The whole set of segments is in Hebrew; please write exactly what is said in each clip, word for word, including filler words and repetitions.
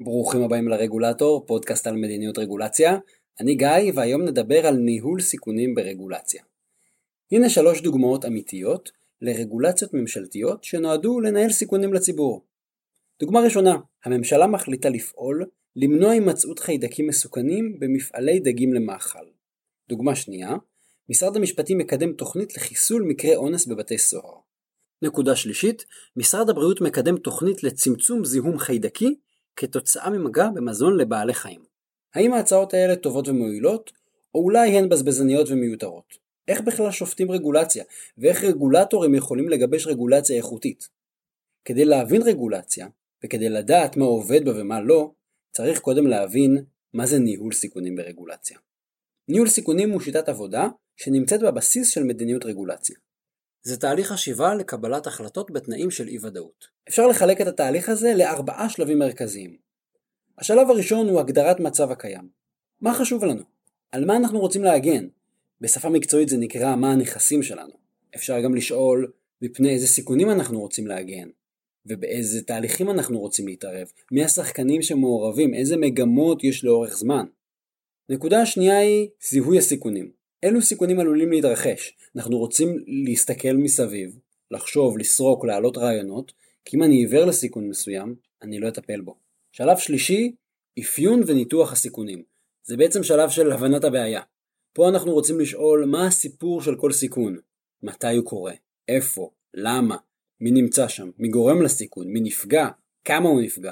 ברוכים הבאים לרגולטור, פודקאסט על מדיניות רגולציה. אני גיא, והיום נדבר על ניהול סיכונים ברגולציה. הנה שלוש דוגמאות אמיתיות לרגולציות ממשלתיות שנועדו לנהל סיכונים לציבור. דוגמה ראשונה, הממשלה מחליטה לפעול למנוע הימצאות חיידקים מסוכנים במפעלי דגים למאכל. דוגמה שנייה, משרד המשפטים מקדם תוכנית לחיסול מקרי אונס בבתי סוהר. נקודה שלישית, משרד הבריאות מקדם תוכנית לצמצום זיהום חיידקי כתוצאה ממגע במזון לבעלי חיים. האם ההצעות האלה טובות ומועילות, או אולי הן בזבזניות ומיותרות? איך בכלל שופטים רגולציה, ואיך רגולטורים יכולים לגבש רגולציה איכותית? כדי להבין רגולציה, וכדי לדעת מה עובד בה ומה לא, צריך קודם להבין מה זה ניהול סיכונים ברגולציה. ניהול סיכונים הוא שיטת עבודה שנמצאת בבסיס של מדיניות רגולציה. זה תהליך חשיבה לקבלת החלטות בתנאים של אי-ודאות. אפשר לחלק את התהליך הזה לארבעה שלבים מרכזיים. השלב הראשון הוא הגדרת מצב הקיים. מה חשוב לנו? על מה אנחנו רוצים להגן? בשפה מקצועית זה נקרא מה הנכסים שלנו. אפשר גם לשאול מפני איזה סיכונים אנחנו רוצים להגן, ובאיזה תהליכים אנחנו רוצים להתערב, מי השחקנים שמעורבים, איזה מגמות יש לאורך זמן. נקודה השנייה היא זיהוי הסיכונים. אילו סיכונים עלולים להתרחש? אנחנו רוצים להסתכל מסביב, לחשוב, לסרוק, להעלות רעיונות, כי אם אני עיוור לסיכון מסוים, אני לא אטפל בו. שלב שלישי, אפיון וניתוח הסיכונים. זה בעצם שלב של הבנת הבעיה. פה אנחנו רוצים לשאול מה הסיפור של כל סיכון, מתי הוא קורה, איפה, למה, מי נמצא שם, מי גורם לסיכון, מי נפגע, כמה הוא נפגע.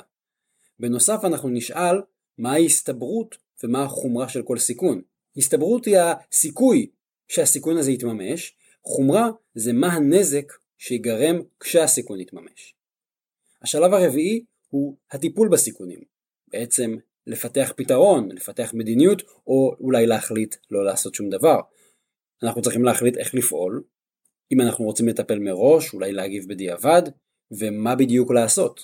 בנוסף אנחנו נשאל מה ההסתברות ומה החומרה של כל סיכון. הסתברות היא הסיכוי שהסיכון הזה יתממש, חומרה זה מה הנזק שיגרם כשהסיכון יתממש. השלב הרביעי הוא הטיפול בסיכונים, בעצם לפתח פתרון, לפתח מדיניות, או אולי להחליט לא לעשות שום דבר. אנחנו צריכים להחליט איך לפעול, אם אנחנו רוצים לטפל מראש, אולי להגיב בדיעבד, ומה בדיוק לעשות.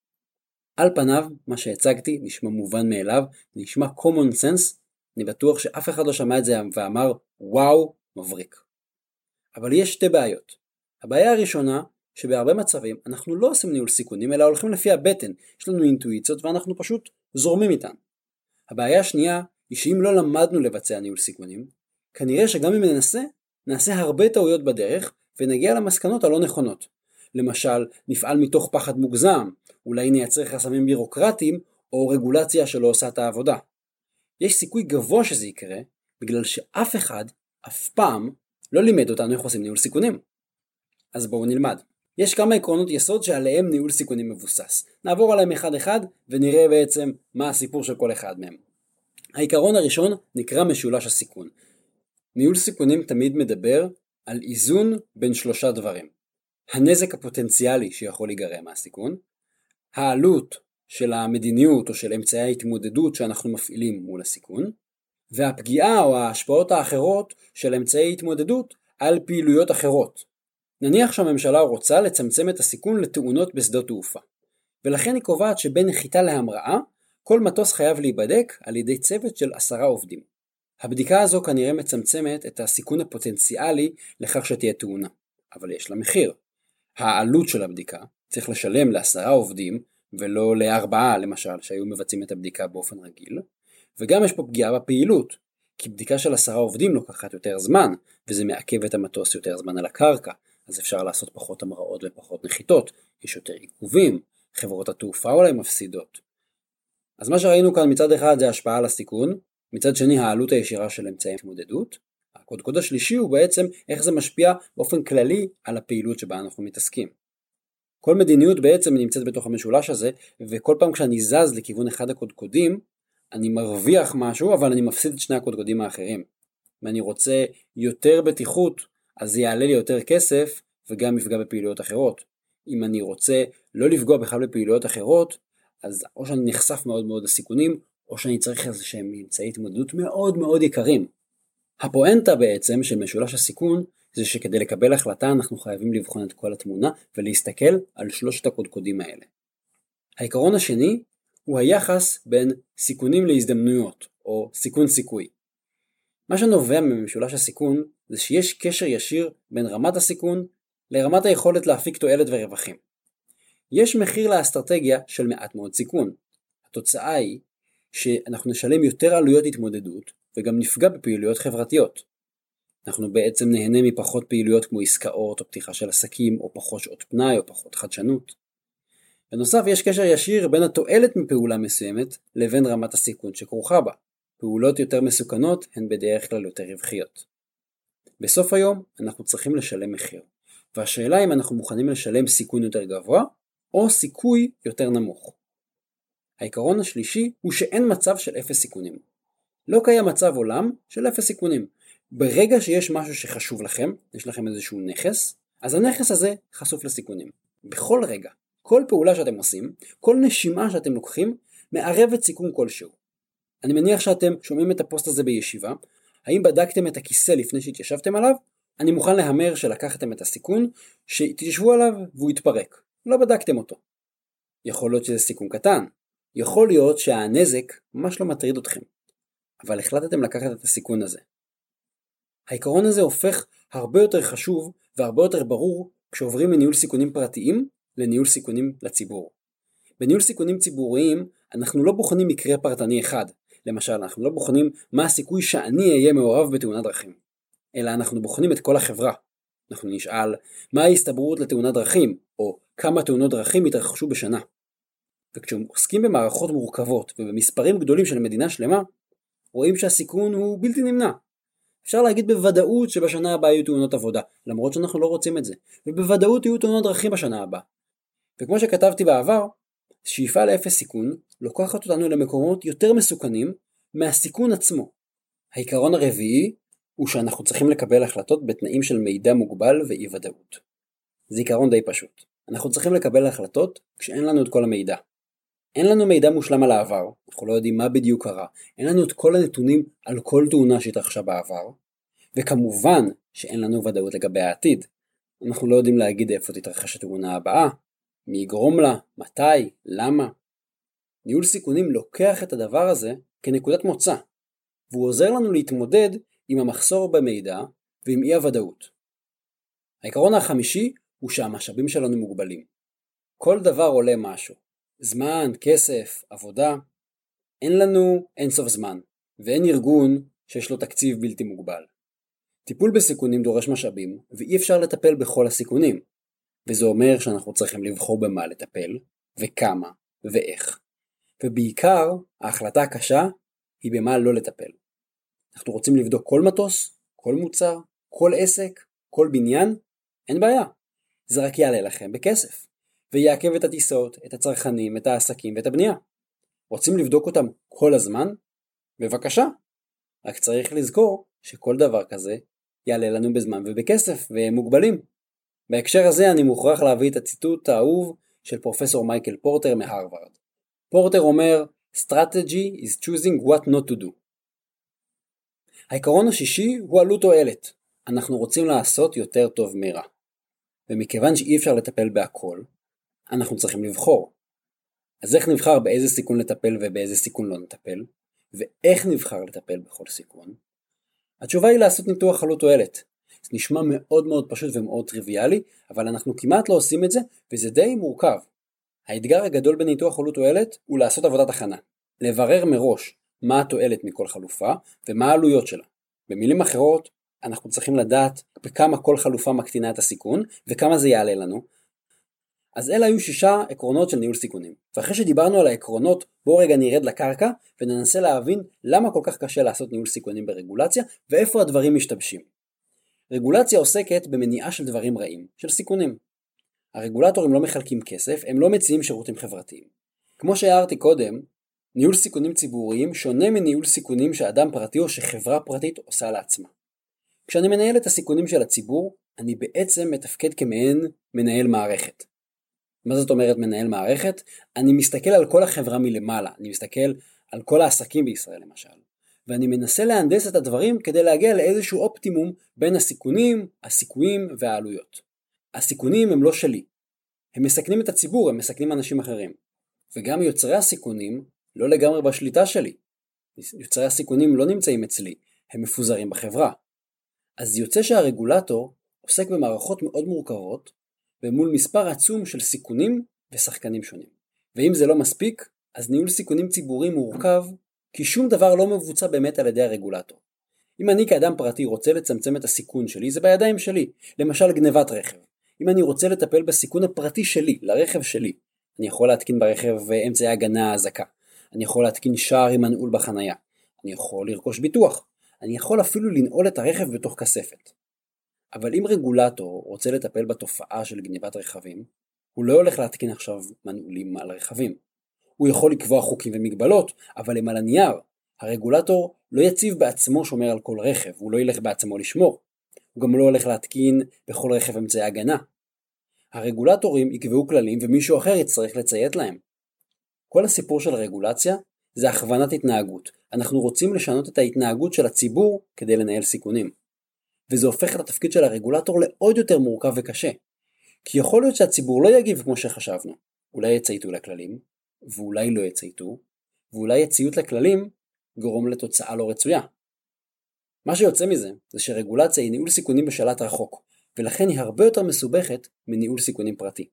על פניו, מה שהצגתי נשמע מובן מאליו, נשמע common sense, אני בטוח שאף אחד לא שמע את זה ואמר, וואו, מבריק. אבל יש שתי בעיות. הבעיה הראשונה, שבהרבה מצבים אנחנו לא עושים ניהול סיכונים, אלא הולכים לפי הבטן. יש לנו אינטואיציות ואנחנו פשוט זורמים איתן. הבעיה השנייה, היא שאם לא למדנו לבצע ניהול סיכונים, כנראה שגם אם ננסה, נעשה הרבה טעויות בדרך, ונגיע למסקנות הלא נכונות. למשל, נפעל מתוך פחד מוגזם, אולי נייצר חסמים בירוקרטיים, או רגולציה שלא עושה את העבודה. יש סיכוי גבוה שזה יקרה, בגלל שאף אחד, אף פעם, לא לימד אותנו איך עושים ניהול סיכונים. אז בואו נלמד. יש כמה עקרונות יסוד שעליהם ניהול סיכונים מבוסס. נעבור עליהם אחד אחד, ונראה בעצם מה הסיפור של כל אחד מהם. העיקרון הראשון נקרא משולש הסיכון. ניהול סיכונים תמיד מדבר על איזון בין שלושה דברים. הנזק הפוטנציאלי שיכול להיגרם מהסיכון, העלות של המדיניות או של אמצעי ההתמודדות שאנחנו מפעילים מול הסיכון, והפגיעה או ההשפעות האחרות של אמצעי התמודדות על פעילויות אחרות. נניח שהממשלה רוצה לצמצם את הסיכון לתאונות בשדות תעופה, ולכן היא קובעת שבין נחיתה להמראה, כל מטוס חייב להיבדק על ידי צוות של עשרה עובדים. הבדיקה הזו כנראה מצמצמת את הסיכון הפוטנציאלי לכך שתהיה תאונה, אבל יש לה מחיר. העלות של הבדיקה צריך לשלם לעשרה עובדים, ולא לארבעה למשל שהיו מבצעים את הבדיקה באופן רגיל, וגם יש פה פגיעה בפעילות, כי בדיקה של עשרה עובדים לוקחת יותר זמן, וזה מעכב את המטוס יותר זמן על הקרקע, אז אפשר לעשות פחות המראות ופחות נחיתות, יש יותר עיכובים, חברות התעופה אולי מפסידות. אז מה שראינו כאן מצד אחד זה השפעה על הסיכון, מצד שני העלות הישירה של אמצעי התמודדות, הקודקוד השלישי הוא בעצם איך זה משפיע באופן כללי על הפעילות שבה אנחנו מתעסקים. כל מדיניות בעצם נמצאת בתוך המשולש הזה, וכל פעם כשאני זז לכיוון אחד הקודקודים, אני מרוויח משהו, אבל אני מפסיד את שני הקודקודים האחרים. אם אני רוצה יותר בטיחות, אז זה יעלה לי יותר כסף, וגם יפגע בפעילויות אחרות. אם אני רוצה לא לפגוע בכלל בפעילויות אחרות, אז או שאני נחשף מאוד מאוד לסיכונים, או שאני צריך איזה שהם אמצעי התמודדות מאוד מאוד יקרים. הפואנטה בעצם של משולש הסיכון, זה שכדי לקבל החלטה אנחנו חייבים לבחון את כל התמונה ולהסתכל על שלושת הקודקודים האלה. העיקרון השני הוא היחס בין סיכונים להזדמנויות או סיכון סיכוי. מה שנובע ממשולש הסיכון זה שיש קשר ישיר בין רמת הסיכון לרמת היכולת להפיק תועלת ורווחים. יש מחיר לאסטרטגיה של מעט מאוד סיכון. התוצאה היא שאנחנו נשלם יותר עלויות התמודדות וגם נפגע בפעילויות חברתיות. אנחנו בעצם נהנה מפחות פעילויות כמו עסקאות או פתיחה של עסקים או פחות שעות פנאי או פחות חדשנות. בנוסף, יש קשר ישיר בין התועלת מפעולה מסוימת לבין רמת הסיכון שכרוכה בה. פעולות יותר מסוכנות הן בדרך כלל יותר רווחיות. בסוף היום אנחנו צריכים לשלם מחיר, והשאלה אם אנחנו מוכנים לשלם סיכון יותר גבוה או סיכוי יותר נמוך. העיקרון השלישי הוא שאין מצב של אפס סיכונים. לא קיים מצב עולם של אפס סיכונים. ברגע שיש משהו שחשוב לכם, יש לכם איזשהו נכס, אז הנכס הזה חשוף לסיכונים. בכל רגע, כל פעולה שאתם עושים, כל נשימה שאתם לוקחים, מערבת סיכון כלשהו. אני מניח שאתם שומעים את הפוסט הזה בישיבה. האם בדקתם את הכיסא לפני שהתיישבתם עליו? אני מוכן להמר שלקחתם את הסיכון, שתתיישבו עליו והוא יתפרק. לא בדקתם אותו. יכול להיות שזה סיכון קטן. יכול להיות שהנזק ממש לא מטריד אתכם. אבל החלטתם לקחת את הסיכון הזה. העיקרון הזה הופך הרבה יותר חשוב והרבה יותר ברור כשעוברים מניהול סיכונים פרטיים לניהול סיכונים לציבור. בניהול סיכונים ציבוריים אנחנו לא בוחנים מקרה פרטני אחד. למשל, אנחנו לא בוחנים מה הסיכוי שאני אהיה מעורב בתאונת דרכים, אלא אנחנו בוחנים את כל החברה. אנחנו נשאל מה ההסתברות לתאונת דרכים, או כמה תאונות דרכים יתרחשו בשנה. וכשעוסקים במערכות מורכבות ובמספרים גדולים של מדינה שלמה, רואים שהסיכון הוא בלתי נמנע. אפשר להגיד בוודאות שבשנה הבאה יהיו תאונות עבודה, למרות שאנחנו לא רוצים את זה, ובוודאות יהיו תאונות דרכים בשנה הבאה. וכמו שכתבתי בעבר, שאיפה לאפס סיכון לוקחת אותנו למקומות יותר מסוכנים מהסיכון עצמו. העיקרון הרביעי הוא שאנחנו צריכים לקבל החלטות בתנאים של מידע מוגבל ואי ודאות. זה עיקרון די פשוט. אנחנו צריכים לקבל החלטות כשאין לנו את כל המידע. אין לנו מידע מושלם על העבר, אנחנו לא יודעים מה בדיוק קרה, אין לנו את כל הנתונים על כל תאונה שהתרחשה בעבר, וכמובן שאין לנו ודאות לגבי העתיד. אנחנו לא יודעים להגיד איפה תתרחש התאונה הבאה, מי יגרום לה, מתי, למה. ניהול סיכונים לוקח את הדבר הזה כנקודת מוצא, והוא עוזר לנו להתמודד עם המחסור במידע ועם אי הוודאות. העיקרון החמישי הוא שהמשאבים שלנו מוגבלים. כל דבר עולה משהו. זמן, כסף, עבודה. אין לנו אין סוף זמן, ואין ארגון שיש לו תקציב בלתי מוגבל. טיפול בסיכונים דורש משאבים, ואי אפשר לטפל בכל הסיכונים. וזה אומר שאנחנו צריכים לבחור במה לטפל, וכמה, ואיך. ובעיקר, ההחלטה הקשה היא במה לא לטפל. אנחנו רוצים לבדוק כל מטוס, כל מוצר, כל עסק, כל בניין, אין בעיה. זה רק יעלה לכם בכסף, ויעכב את הטיסות, את הצרכנים, את העסקים ואת הבנייה. רוצים לבדוק אותם כל הזמן? בבקשה. רק צריך לזכור שכל דבר כזה יעלה לנו בזמן ובכסף, והם מוגבלים. בהקשר הזה אני מוכרח להביא את הציטוט האהוב של פרופסור מייקל פורטר מהרווארד. פורטר אומר, Strategy is choosing what not to do. העיקרון השישי הוא עלות תועלת. אנחנו רוצים לעשות יותר טוב מרע. ומכיוון שאי אפשר לטפל בהכל, אנחנו צריכים לבחור. אז איך נבחר באיזה סיכון לטפל ובאיזה סיכון לא נטפל? ואיך נבחר לטפל בכל סיכון? התשובה היא לעשות ניתוח עלות תועלת. זה נשמע מאוד מאוד פשוט ומאוד טריוויאלי, אבל אנחנו כמעט לא עושים את זה, וזה די מורכב. האתגר הגדול בניתוח עלות תועלת הוא לעשות עבודת הכנה. לברר מראש מה התועלת מכל חלופה ומה העלויות שלה. במילים אחרות, אנחנו צריכים לדעת בכמה כל חלופה מקטינה את הסיכון, וכמה זה יעלה לנו. אז אלה היו שישה עקרונות של ניהול סיכונים. ואחרי שדיברנו על העקרונות, בואו רגע נרד לקרקע, וננסה להבין למה כל כך קשה לעשות ניהול סיכונים ברגולציה, ואיפה הדברים משתבשים. רגולציה עוסקת במניעה של דברים רעים, של סיכונים. הרגולטורים לא מחלקים כסף, הם לא מציעים שירותים חברתיים. כמו שהערתי קודם, ניהול סיכונים ציבוריים שונה מניהול סיכונים שאדם פרטי או שחברה פרטית עושה לעצמה. כשאני מנהל את הסיכונים של הציבור, אני בעצם מתפקד כמעין מנהל מערכת. מה זאת אומרת מנהל מערכת? אני מסתכל על כל החברה מלמעלה, אני מסתכל על כל העסקים בישראל למשל, ואני מנסה להנדס את הדברים כדי להגיע לאיזשהו אופטימום בין הסיכונים, הסיכויים והעלויות. הסיכונים הם לא שלי, הם מסכנים את הציבור, הם מסכנים אנשים אחרים. וגם יוצרי הסיכונים לא לגמרי בשליטה שלי. יוצרי הסיכונים לא נמצאים אצלי, הם מפוזרים בחברה. אז יוצא שהרגולטור עוסק במערכות מאוד מורכבות, ומול מספר עצום של סיכונים ושחקנים שונים. ואם זה לא מספיק, אז ניהול סיכונים ציבוריים מורכב, כי שום דבר לא מבוצע באמת על ידי הרגולטור. אם אני כאדם פרטי רוצה לצמצם את הסיכון שלי, זה בידיים שלי, למשל גנבת רכב. אם אני רוצה לטפל בסיכון הפרטי שלי, לרכב שלי, אני יכול להתקין ברכב אמצעי הגנה הזקה. אני יכול להתקין שער עם מנעול בחנייה. אני יכול לרכוש ביטוח. אני יכול אפילו לנעול את הרכב בתוך כספת. אבל אם רגולטור רוצה לטפל בתופעה של גניבת רכבים, הוא לא הולך להתקין עכשיו מנעולים על רכבים. הוא יכול לקבוע חוקים ומגבלות, אבל הם על הנייר. הרגולטור לא יציב בעצמו שומר על כל רכב, הוא לא ילך בעצמו לשמור. הוא גם לא הולך להתקין בכל רכב אמצעי הגנה. הרגולטורים יקבעו כללים ומישהו אחר יצטרך לציית להם. כל הסיפור של הרגולציה זה הכוונת התנהגות. אנחנו רוצים לשנות את ההתנהגות של הציבור כדי לנהל סיכונים. וזה הופך את התפקיד של הרגולטור לעוד יותר מורכב וקשה. כי יכול להיות שהציבור לא יגיב כמו שחשבנו. אולי יצייתו לכללים, ואולי לא יצייתו, ואולי יציות לכללים גורם לתוצאה לא רצויה. מה שיוצא מזה זה שרגולציה היא ניהול סיכונים בשלט רחוק, ולכן היא הרבה יותר מסובכת מניהול סיכונים פרטי.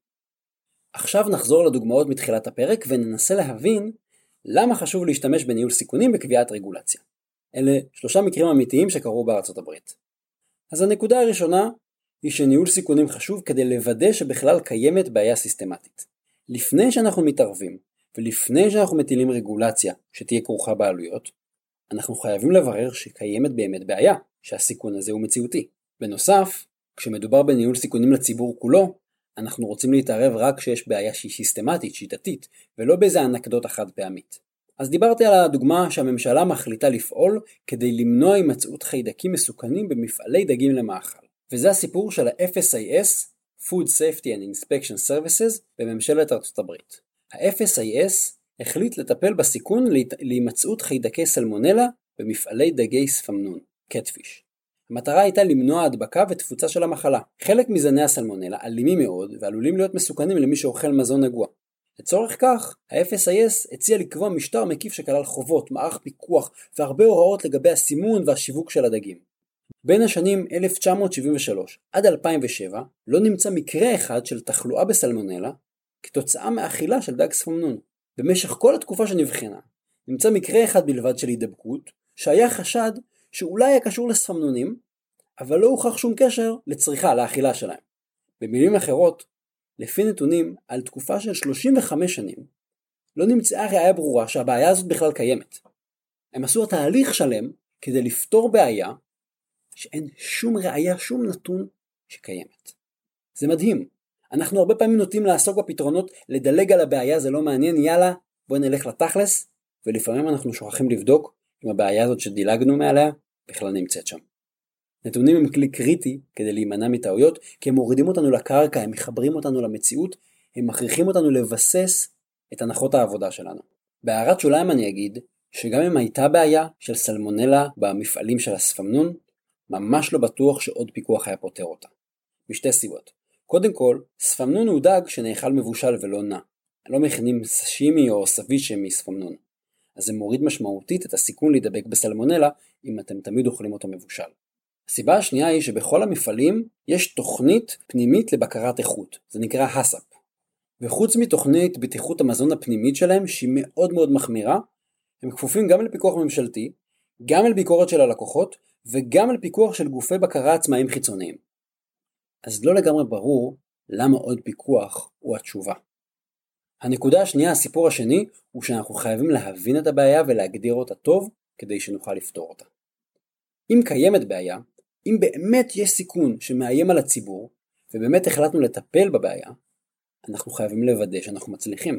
עכשיו נחזור לדוגמאות מתחילת הפרק וננסה להבין למה חשוב להשתמש בניהול סיכונים בקביעת רגולציה. אלה שלושה מקרים אמיתיים שקרו בארצות הברית. אז הנקודה הראשונה היא שניהול סיכונים חשוב כדי לוודא שבכלל קיימת בעיה סיסטמטית. לפני שאנחנו מתערבים ולפני שאנחנו מטילים רגולציה שתהיה כרוכה בעלויות, אנחנו חייבים לברר שקיימת באמת בעיה, שהסיכון הזה הוא מציאותי. בנוסף, כשמדובר בניהול סיכונים לציבור כולו, אנחנו רוצים להתערב רק כשיש בעיה שהיא סיסטמטית, שיטתית, ולא באיזה אנקדוטה חד פעמית. אז דיברתי על הדוגמה שהממשלה מחליטה לפעול כדי למנוע הימצאות חיידקים מסוכנים במפעלי דגים למאכל. וזה הסיפור של ה-F S I S, Food Safety and Inspection Services, בממשלת ארצות הברית. ה-F S I S החליט לטפל בסיכון להימצאות חיידקי סלמונלה במפעלי דגי ספמנון, קטפיש. המטרה הייתה למנוע הדבקה ותפוצה של המחלה. חלק מזני הסלמונלה אלימים מאוד ועלולים להיות מסוכנים למי שאוכל מזון נגוע. לצורך כך, ה-F S I S הציע לקבוע משטר מקיף שכלל חובות, מערך פיקוח והרבה הוראות לגבי הסימון והשיווק של הדגים. בין השנים אלף תשע מאות שבעים ושלוש עד אלפיים ושבע לא נמצא מקרה אחד של תחלואה בסלמונלה כתוצאה מאכילה של דג ספמנון. במשך כל התקופה שנבחנה, נמצא מקרה אחד בלבד של הידבקות שהיה חשד שאולי היה קשור לספמנונים, אבל לא הוכח שום קשר לצריכה, לאכילה שלהם. במילים אחרות, לפי נתונים על תקופה של שלושים וחמש שנים, לא נמצאה ראיה ברורה שהבעיה הזאת בכלל קיימת. הם עשו תהליך שלם כדי לפתור בעיה שאין שום ראיה, שום נתון שקיימת. זה מדהים. אנחנו הרבה פעמים נוטים לעסוק בפתרונות, לדלג על הבעיה, זה לא מעניין, יאללה, בוא נלך לתכלס, ולפעמים אנחנו שוכחים לבדוק אם הבעיה הזאת שדילגנו מעליה בכלל נמצאת שם. נתונים הם כלי קריטי כדי להימנע מטעויות, כי הם מורידים אותנו לקרקע, הם מחברים אותנו למציאות, הם מכריחים אותנו לבסס את הנחות העבודה שלנו. בהערת שוליים אני אגיד שגם אם הייתה בעיה של סלמונלה במפעלים של הספמנון, ממש לא בטוח שעוד פיקוח היה פותר אותה. משתי סיבות. קודם כל, ספמנון הוא דג שנאכל מבושל ולא נע. לא מכינים סשימי או סביצ'ה מספמנון. אז זה מוריד משמעותית את הסיכון להידבק בסלמונלה אם אתם תמיד אוכלים אותו מבושל. הסיבה השנייה היא שבכל המפעלים יש תוכנית פנימית לבקרת איכות. זה נקרא הסאפ. וחוץ מתוכנית בטיחות המזון הפנימית שלהם שהיא מאוד מאוד מחמירה, הם כפופים גם לפיקוח ממשלתי, גם על ביקורת של הלקוחות וגם על פיקוח של גופי בקרה עצמאיים חיצוניים. אז לא לגמרי ברור למה עוד פיקוח הוא התשובה. הנקודה השנייה, הסיפור השני, הוא שאנחנו חייבים להבין את הבעיה ולהגדיר אותה טוב כדי שנוכל לפתור אותה. אם קיימת בעיה, אם באמת יש סיכון שמאיים על הציבור, ובאמת החלטנו לטפל בבעיה, אנחנו חייבים לוודא שאנחנו מצליחים.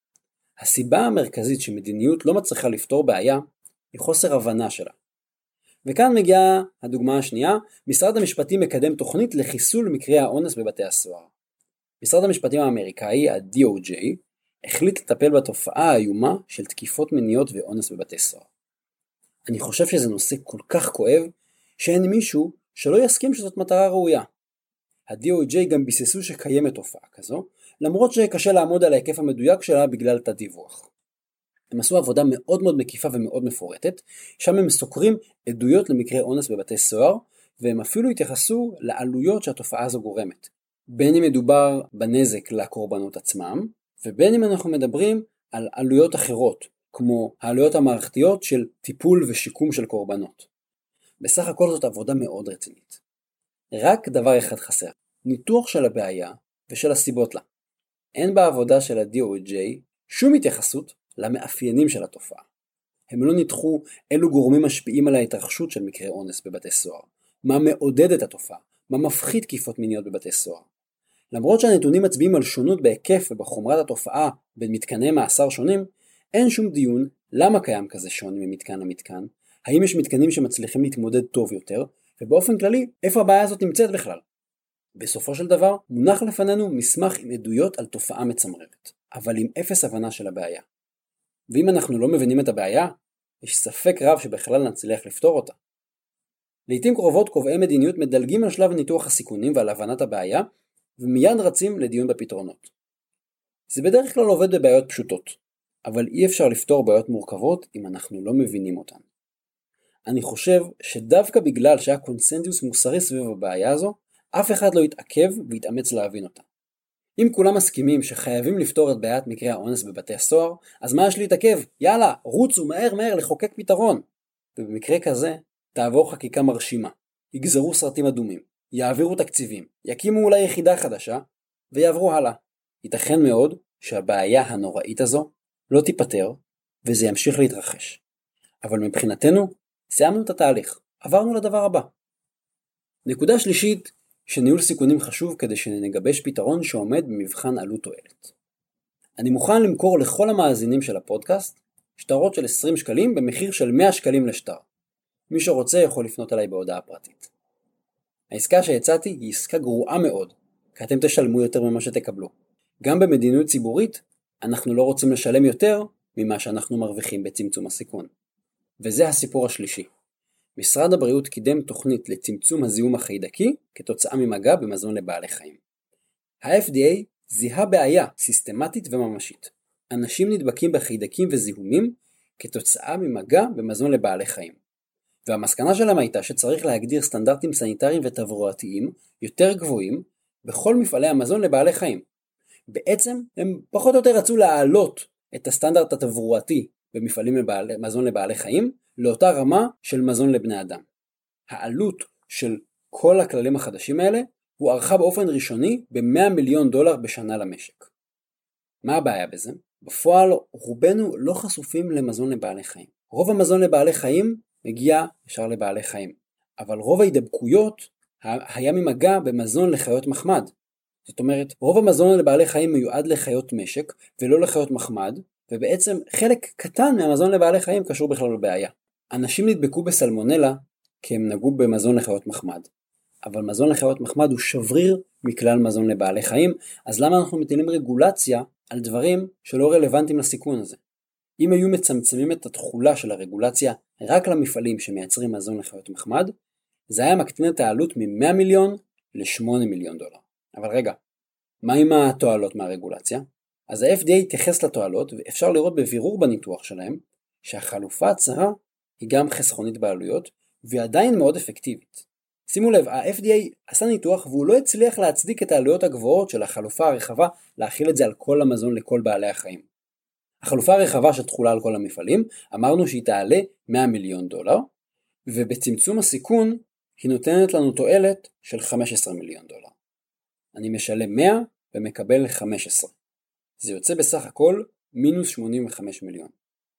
הסיבה המרכזית שמדיניות לא מצליחה לפתור בעיה, היא חוסר הבנה שלה. וכאן מגיעה הדוגמה השנייה, משרד המשפטים מקדם תוכנית לחיסול מקרי האונס בבתי הסוהר. משרד המשפטים האמריקאי, ה-D O J, החליט לטפל בתופעה האיומה של תקיפות מיניות ואונס בבתי סוהר. אני חושב שזה נושא כל כך כואב, שאין מישהו שלא יסכים שזאת מטרה ראויה. ה-D O J גם ביססו שקיימת תופעה כזו, למרות שקשה לעמוד על ההיקף המדויק שלה בגלל תת-דיווח. הם עשו עבודה מאוד מאוד מקיפה ומאוד מפורטת, שם הם סוקרים עדויות למקרי אונס בבתי סוהר, והם אפילו התייחסו לעלויות שהתופעה הזו גורמת. בין אם מדובר בנזק לקורבנות עצמם, ובין אם אנחנו מדברים על עלויות אחרות, כמו העלויות המערכתיות של טיפול ושיקום של קורבנות. בסך הכל זאת עבודה מאוד רצינית. רק דבר אחד חסר, ניתוח של הבעיה ושל הסיבות לה. אין בעבודה של ה-די או ג'יי שום התייחסות למאפיינים של התופעה. הם לא ניתחו אילו גורמים משפיעים על ההתרחשות של מקרי אונס בבתי סוהר, מה מעודד את התופעה, מה מפחית תקיפות מיניות בבתי סוהר. למרות שהנתונים מצביעים על שונות בהיקף ובחומרת התופעה בין מתקני מאסר שונים, אין שום דיון למה קיים כזה שוני ממתקן למתקן, האם יש מתקנים שמצליחים להתמודד טוב יותר, ובאופן כללי, איפה הבעיה הזאת נמצאת בכלל. בסופו של דבר, מונח לפנינו מסמך עם עדויות על תופעה מצמררת, אבל עם אפס הבנה של הבעיה. ואם אנחנו לא מבינים את הבעיה, יש ספק רב שבכלל נצליח לפתור אותה. לעתים קרובות קובעי מדיניות מדלגים על שלב ניתוח הסיכונים ועל הבנת הבעיה, ומיד רצים לדיון בפתרונות. זה בדרך כלל עובד בבעיות פשוטות, אבל אי אפשר לפתור בעיות מורכבות אם אנחנו לא מבינים אותן. אני חושב שדווקא בגלל שהיה קונסנזוס מוסרי סביב הבעיה הזו, אף אחד לא יתעכב ויתאמץ להבין אותה. אם כולם מסכימים שחייבים לפתור את בעיית מקרי האונס בבתי הסוהר, אז מה יש להתעכב? יאללה, רוצו מהר מהר לחוקק פתרון. ובמקרה כזה, תעבור חקיקה מרשימה, יגזרו סרטים אדומים, יעבירו תקציבים, יקימו אולי יחידה חדשה, ויעברו הלאה. ייתכן מאוד שהבעיה הנוראית הזו לא תיפטר, וזה ימשיך להתרחש. אבל מבחינתנו, סיימנו את התהליך, עברנו לדבר הבא. נקודה שלישית, שניהול סיכונים חשוב כדי שנגבש פתרון שעומד במבחן עלות תועלת. אני מוכן למכור לכל המאזינים של הפודקאסט שטרות של עשרים שקלים במחיר של מאה שקלים לשטר. מי שרוצה יכול לפנות אליי בהודעה פרטית. העסקה שהצעתי היא עסקה גרועה מאוד, כי אתם תשלמו יותר ממה שתקבלו. גם במדיניות ציבורית, אנחנו לא רוצים לשלם יותר ממה שאנחנו מרוויחים בצמצום הסיכון. וזה הסיפור השלישי. משרד הבריאות קידם תוכנית לצמצום הזיהום החיידקי כתוצאה ממגע במזון לבעלי חיים. ה-אף די איי זיהה בעיה סיסטמטית וממשית. אנשים נדבקים בחיידקים וזיהומים כתוצאה ממגע במזון לבעלי חיים. והמסקנה שלהם הייתה שצריך להגדיר סטנדרטים סניטריים ותברואתיים יותר גבוהים בכל מפעלי המזון לבעלי חיים. בעצם הם פחות או יותר רצו להעלות את הסטנדרט התברואתי במפעלים לבעלי, מזון לבעלי חיים לאותה רמה של מזון לבני אדם. העלות של כל הכללים החדשים האלה הוא ערכה באופן ראשוני ב-מאה מיליון דולר בשנה למשק. מה הבעיה בזה? בפועל רובנו לא חשופים למזון לבעלי חיים. רוב המזון לבעלי חיים מגיע ישר לבעלי חיים, אבל רוב ההידבקויות היה ממגע במזון לחיות מחמד. זאת אומרת, רוב המזון לבעלי חיים מיועד לחיות משק ולא לחיות מחמד, ובעצם חלק קטן מהמזון לבעלי חיים קשור בכלל לבעיה. אנשים נדבקו בסלמונלה כי הם נגעו במזון לחיות מחמד. אבל מזון לחיות מחמד הוא שבריר מכלל מזון לבעלי חיים, אז למה אנחנו מטילים רגולציה על דברים שלא רלוונטיים לסיכון הזה? אם היו מצמצמים את התחולה של הרגולציה רק למפעלים שמייצרים מזון לחיות מחמד, זה היה מקטין את העלות מ-מאה מיליון ל-שמונה מיליון דולר. אבל רגע, מה עם התועלות מהרגולציה? אז ה-אף די איי התייחס לתועלות, ואפשר לראות בבירור בניתוח שלהם שהחלופה הצרה היא גם חסכונית בעלויות, והיא עדיין מאוד אפקטיבית. שימו לב, ה-אף די איי עשה ניתוח והוא לא הצליח להצדיק את העלויות הגבוהות של החלופה הרחבה להכיל את זה על כל המזון לכל בעלי החיים. החלופה הרחבה שתחולה על כל המפעלים, אמרנו שהיא תעלה מאה מיליון דולר, ובצמצום הסיכון היא נותנת לנו תועלת של חמישה עשר מיליון דולר. אני משלם מאה ומקבל חמש עשרה. זה יוצא בסך הכל מינוס שמונים וחמישה מיליון.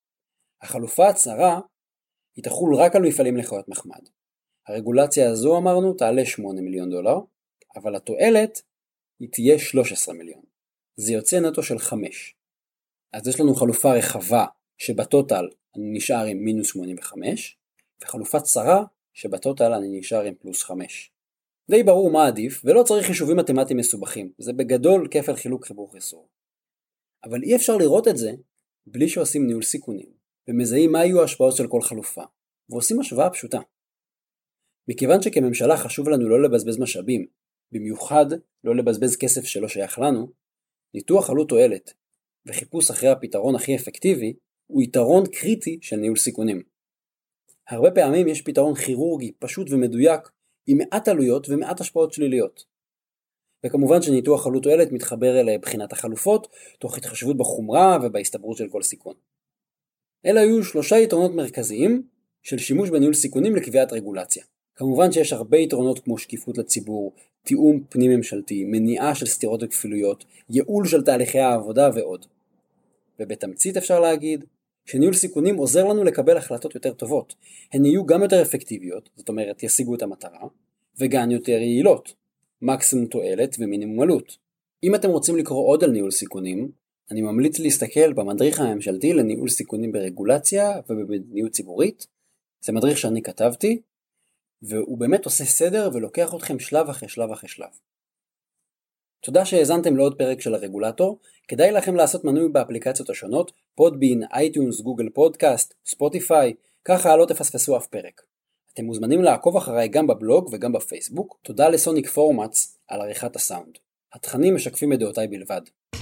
החלופה הצרה היא תחול רק על מפעלים לחיות מחמד. הרגולציה הזו אמרנו תעלה שמונה מיליון דולר, אבל התועלת היא תהיה שלושה עשר מיליון. זה יוצא נטו של חמש. אז יש לנו חלופה רחבה שבטוטל אני נשאר עם מינוס שמונים וחמש, וחלופה צרה שבטוטל אני נשאר עם פלוס חמש. די ברור מה עדיף, ולא צריך חישובים מתמטיים מסובכים. זה בגדול כפל חילוק חיבור חיסור. אבל אי אפשר לראות את זה בלי שעושים ניהול סיכונים, ומזהים מה יהיו ההשפעות של כל חלופה, ועושים השוואה פשוטה. מכיוון שכממשלה חשוב לנו לא לבזבז משאבים, במיוחד לא לבזבז כסף שלא שייך לנו, ניתוח עלות תועלת וחיפוש אחרי הפתרון הכי אפקטיבי הוא יתרון קריטי של ניהול סיכונים. הרבה פעמים יש פתרון כירורגי פשוט ומדויק עם מעט עלויות ומעט השפעות שליליות. וכמובן שניתוח עלות תועלת מתחבר אל בחינת החלופות, תוך התחשבות בחומרה ובהסתברות של כל סיכון. אלה היו שלושה יתרונות מרכזיים של שימוש בניהול סיכונים לקביעת רגולציה. כמובן שיש הרבה יתרונות כמו שקיפות לציבור, תיאום פנים ממשלתי, מניעה של סתירות וכפילויות, ייעול של תהליכי העבודה ועוד. ובתמצית אפשר להגיד שניהול סיכונים עוזר לנו לקבל החלטות יותר טובות. הן יהיו גם יותר אפקטיביות, זאת אומרת ישיגו את המטרה, וגם יותר יעילות, מקסימום תועלת ומינימום עלות. אם אתם רוצים לקרוא עוד על ניהול סיכונים, אני ממליץ להסתכל במדריך הממשלתי לניהול סיכונים ברגולציה ובמדיניות ציבורית. זה מדריך שאני כתבתי, והוא באמת עושה סדר ולוקח אתכם שלב אחרי שלב אחרי שלב. תודה שהאזנתם לעוד פרק של הרגולטור. כדאי לכם לעשות מנוי באפליקציות השונות, פודבין, אייטיונס, גוגל פודקאסט, ספוטיפיי, ככה לא תפספסו אף פרק. אתם מוזמנים לעקוב אחריי גם בבלוג וגם בפייסבוק. תודה לסוניק פורמאטס על עריכת הסאונד. התכנים משקפים את דעותיי בלבד.